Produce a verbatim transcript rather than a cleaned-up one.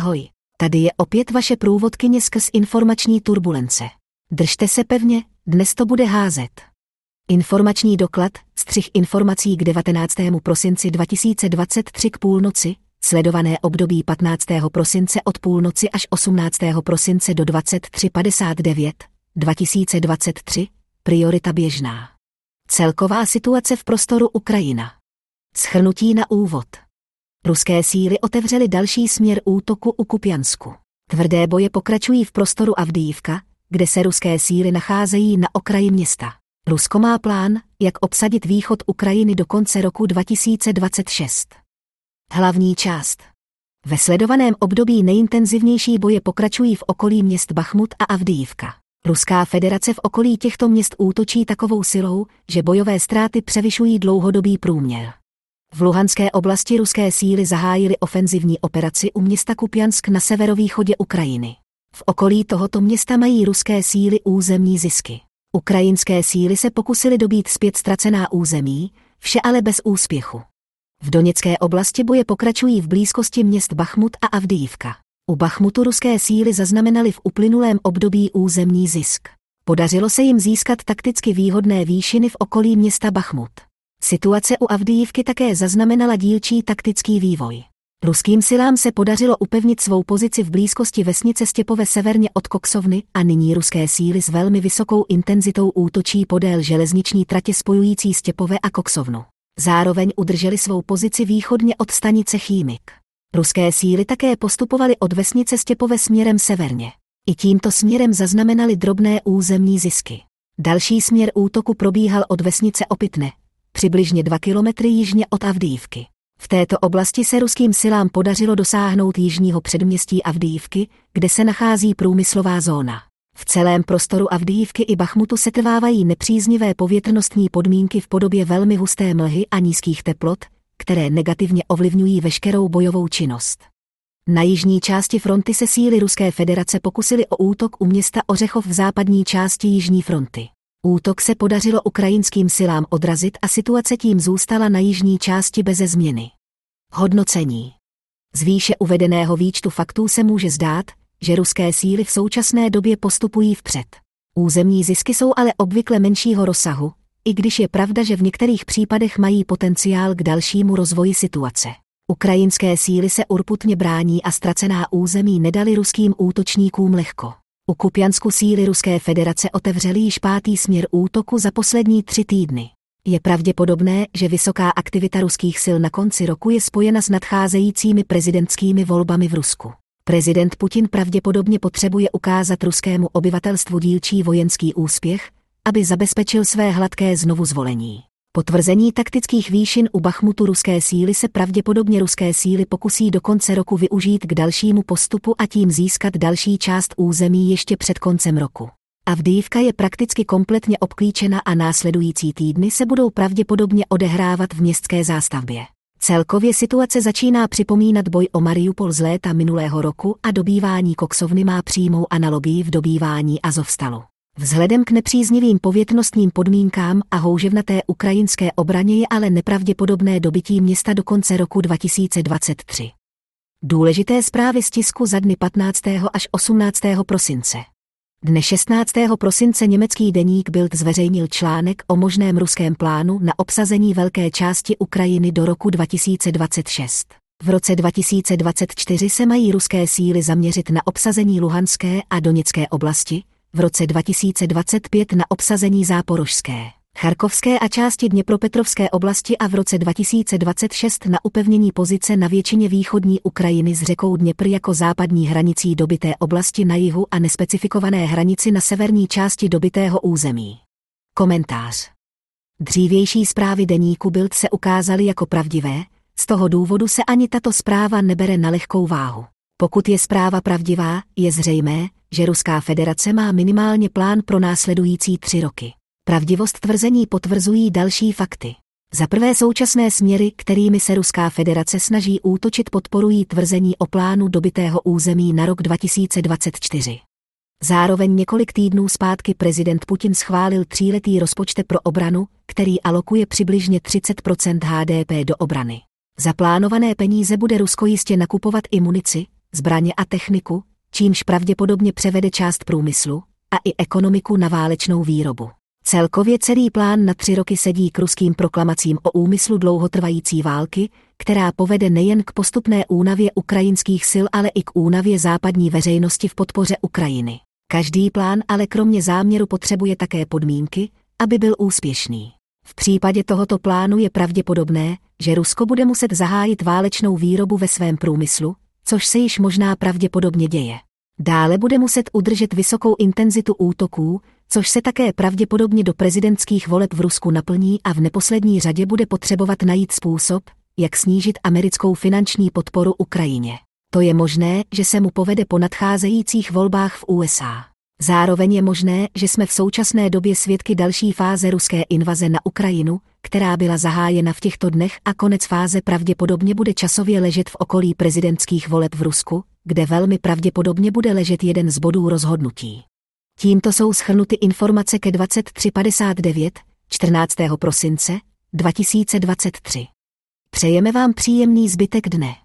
Ahoj, tady je opět vaše průvodkyně skrz informační turbulence. Držte se pevně, dnes to bude házet. Informační doklad, střih informací k devatenáctému prosinci dva tisíce dvacet tři k půlnoci, sledované období patnáctého prosince od půlnoci až osmnáctého prosince do dvacet tři padesát devět, dva tisíce dvacet tři, priorita běžná. Celková situace v prostoru Ukrajina. Shrnutí na úvod. Ruské síly otevřely další směr útoku u Kupjansku. Tvrdé boje pokračují v prostoru Avdijivka, kde se ruské síly nacházejí na okraji města. Rusko má plán, jak obsadit východ Ukrajiny do konce roku dva tisíce dvacet šest. Hlavní část. Ve sledovaném období nejintenzivnější boje pokračují v okolí měst Bachmut a Avdijivka. Ruská federace v okolí těchto měst útočí takovou silou, že bojové ztráty převyšují dlouhodobý průměr. V Luhanské oblasti ruské síly zahájily ofenzivní operaci u města Kupjansk na severovýchodě Ukrajiny. V okolí tohoto města mají ruské síly územní zisky. Ukrajinské síly se pokusily dobít zpět ztracená území, vše ale bez úspěchu. V Doněcké oblasti boje pokračují v blízkosti měst Bachmut a Avdijivka. U Bachmutu ruské síly zaznamenaly v uplynulém období územní zisk. Podařilo se jim získat takticky výhodné výšiny v okolí města Bachmut. Situace u Avdijivky také zaznamenala dílčí taktický vývoj. Ruským silám se podařilo upevnit svou pozici v blízkosti vesnice Stěpove severně od Koksovny a nyní ruské síly s velmi vysokou intenzitou útočí podél železniční tratě spojující Stěpove a Koksovnu. Zároveň udrželi svou pozici východně od stanice Chýmik. Ruské síly také postupovaly od vesnice Stěpove směrem severně. I tímto směrem zaznamenali drobné územní zisky. Další směr útoku probíhal od vesnice Opitne, přibližně dva kilometry jižně od Avdijivky. V této oblasti se ruským silám podařilo dosáhnout jižního předměstí Avdijivky, kde se nachází průmyslová zóna. V celém prostoru Avdijivky i Bachmutu setrvávají nepříznivé povětrnostní podmínky v podobě velmi husté mlhy a nízkých teplot, které negativně ovlivňují veškerou bojovou činnost. Na jižní části fronty se síly Ruské federace pokusily o útok u města Ořechov v západní části jižní fronty. Útok se podařilo ukrajinským silám odrazit a situace tím zůstala na jižní části beze změny. Hodnocení. Z výše uvedeného výčtu faktů se může zdát, že ruské síly v současné době postupují vpřed. Územní zisky jsou ale obvykle menšího rozsahu, i když je pravda, že v některých případech mají potenciál k dalšímu rozvoji situace. Ukrajinské síly se urputně brání a ztracená území nedali ruským útočníkům lehko. U Kupjansku síly Ruské federace otevřely již pátý směr útoku za poslední tři týdny. Je pravděpodobné, že vysoká aktivita ruských sil na konci roku je spojena s nadcházejícími prezidentskými volbami v Rusku. Prezident Putin pravděpodobně potřebuje ukázat ruskému obyvatelstvu dílčí vojenský úspěch, aby zabezpečil své hladké znovuzvolení. Potvrzení taktických výšin u Bachmutu ruské síly se pravděpodobně ruské síly pokusí do konce roku využít k dalšímu postupu a tím získat další část území ještě před koncem roku. Avdijivka je prakticky kompletně obklíčena a následující týdny se budou pravděpodobně odehrávat v městské zástavbě. Celkově situace začíná připomínat boj o Mariupol z léta minulého roku a dobývání Koksovny má přímou analogii v dobývání Azovstalu. Vzhledem k nepříznivým povětrnostním podmínkám a houževnaté ukrajinské obraně je ale nepravděpodobné dobytí města do konce roku dva tisíce dvacet tři. Důležité zprávy z tisku za dny patnáctého až osmnáctého prosince. Dne šestnáctého prosince německý deník Bild zveřejnil článek o možném ruském plánu na obsazení velké části Ukrajiny do roku dva tisíce dvacet šest. V roce dva tisíce dvacet čtyři se mají ruské síly zaměřit na obsazení Luhanské a Doněcké oblasti, v roce dva tisíce dvacet pět na obsazení Záporožské, Charkovské a části Dněpropetrovské oblasti a v roce dva tisíce dvacet šest na upevnění pozice na většině východní Ukrajiny s řekou Dněpr jako západní hranicí dobyté oblasti na jihu a nespecifikované hranici na severní části dobytého území. Komentář. Dřívější zprávy deníku Bild se ukázaly jako pravdivé, z toho důvodu se ani tato zpráva nebere na lehkou váhu. Pokud je zpráva pravdivá, je zřejmé, že Ruská federace má minimálně plán pro následující tři roky. Pravdivost tvrzení potvrzují další fakty. Za prvé současné směry, kterými se Ruská federace snaží útočit, podporují tvrzení o plánu dobytého území na rok dva tisíce dvacet čtyři. Zároveň několik týdnů zpátky prezident Putin schválil tříletý rozpočet pro obranu, který alokuje přibližně třicet procent H D P do obrany. Za plánované peníze bude Rusko jistě nakupovat i munici, zbraně a techniku, čímž pravděpodobně převede část průmyslu a i ekonomiku na válečnou výrobu. Celkově celý plán na tři roky sedí k ruským proklamacím o úmyslu dlouhotrvající války, která povede nejen k postupné únavě ukrajinských sil, ale i k únavě západní veřejnosti v podpoře Ukrajiny. Každý plán ale kromě záměru potřebuje také podmínky, aby byl úspěšný. V případě tohoto plánu je pravděpodobné, že Rusko bude muset zahájit válečnou výrobu ve svém průmyslu, což se již možná pravděpodobně děje. Dále bude muset udržet vysokou intenzitu útoků, což se také pravděpodobně do prezidentských voleb v Rusku naplní, a v neposlední řadě bude potřebovat najít způsob, jak snížit americkou finanční podporu Ukrajině. To je možné, že se mu povede po nadcházejících volbách v U S A. Zároveň je možné, že jsme v současné době svědky další fáze ruské invaze na Ukrajinu, která byla zahájena v těchto dnech, a konec fáze pravděpodobně bude časově ležet v okolí prezidentských voleb v Rusku, kde velmi pravděpodobně bude ležet jeden z bodů rozhodnutí. Tímto jsou shrnuty informace ke dvacet tři padesát devět, čtrnáctého prosince dva tisíce dvacet tři. Přejeme vám příjemný zbytek dne.